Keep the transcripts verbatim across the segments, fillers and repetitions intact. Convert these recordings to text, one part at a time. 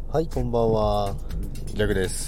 はい、こんばんは。ジャグです。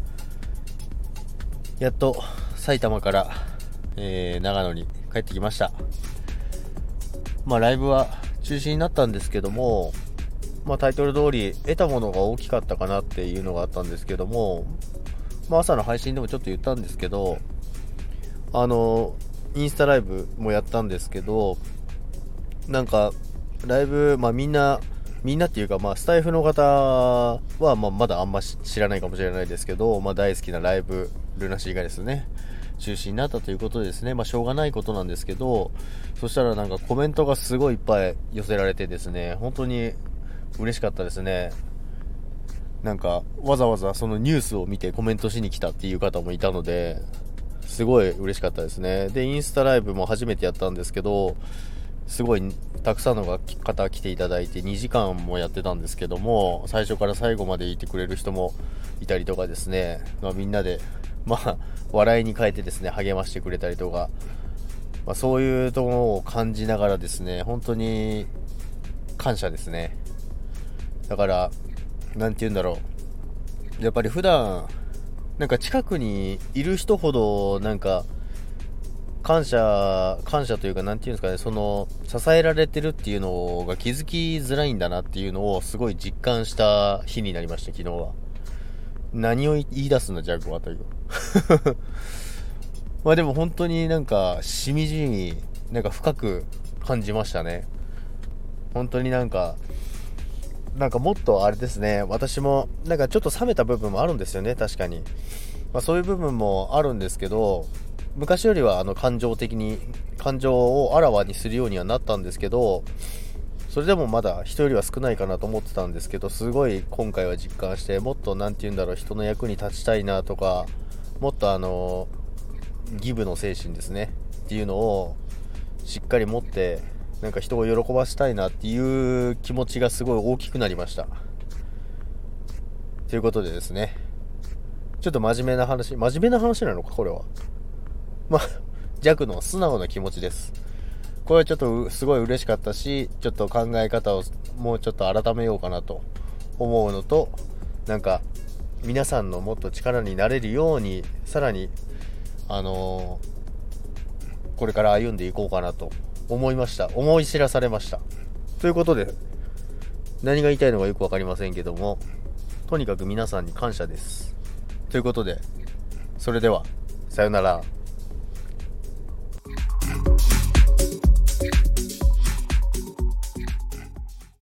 やっと埼玉から、えー、長野に帰ってきました。まあライブは中止になったんですけども、まあタイトル通り得たものが大きかったかなっていうのがあったんですけども、まあ朝の配信でもちょっと言ったんですけど、あのインスタライブもやったんですけど、なんかライブ、まあみんなみんなっていうか、まあ、スタイフの方は、まあ、まだあんま知らないかもしれないですけど、まあ、大好きなライブ、ルナシーがですね、中止になったということでですね、まあ、しょうがないことなんですけど、そしたらなんかコメントがすごいいっぱい寄せられてですね、本当に嬉しかったですね。なんか、わざわざそのニュースを見てコメントしに来たっていう方もいたので、すごい嬉しかったですね。で、インスタライブも初めてやったんですけど、すごいたくさんの方来ていただいてにじかんもやってたんですけども、最初から最後までいてくれる人もいたりとかですね、まあ、みんなでまあ笑いに変えてですね励ましてくれたりとか、まあ、そういうところを感じながらですね、本当に感謝ですね。だからなんて言うんだろう、やっぱり普段なんか近くにいる人ほどなんか感謝、感謝というか、なんていうんですかね、その、支えられてるっていうのが気づきづらいんだなっていうのをすごい実感した日になりました、昨日は。何を言い出すんだ、ジャグはという。まあでも本当になんか、しみじみ、なんか深く感じましたね。本当になんか、なんかもっとあれですね、私も、なんかちょっと冷めた部分もあるんですよね、確かに。まあそういう部分もあるんですけど、昔よりはあの感情的に感情をあらわにするようにはなったんですけど、それでもまだ人よりは少ないかなと思ってたんですけど、すごい今回は実感して、もっとなんて言うんだろう、人の役に立ちたいなとか、もっとあのギブの精神ですねっていうのをしっかり持って、なんか人を喜ばせたいなっていう気持ちがすごい大きくなりました。ということでですね、ちょっと真面目な話、真面目な話なのかこれは。まあ弱の素直な気持ちです。これはちょっとすごい嬉しかったし、ちょっと考え方をもうちょっと改めようかなと思うのと、なんか皆さんのもっと力になれるように、さらにあのー、これから歩んでいこうかなと思いました。思い知らされました。ということで、何が言いたいのかよくわかりませんけども、とにかく皆さんに感謝です。ということで、それではさよなら。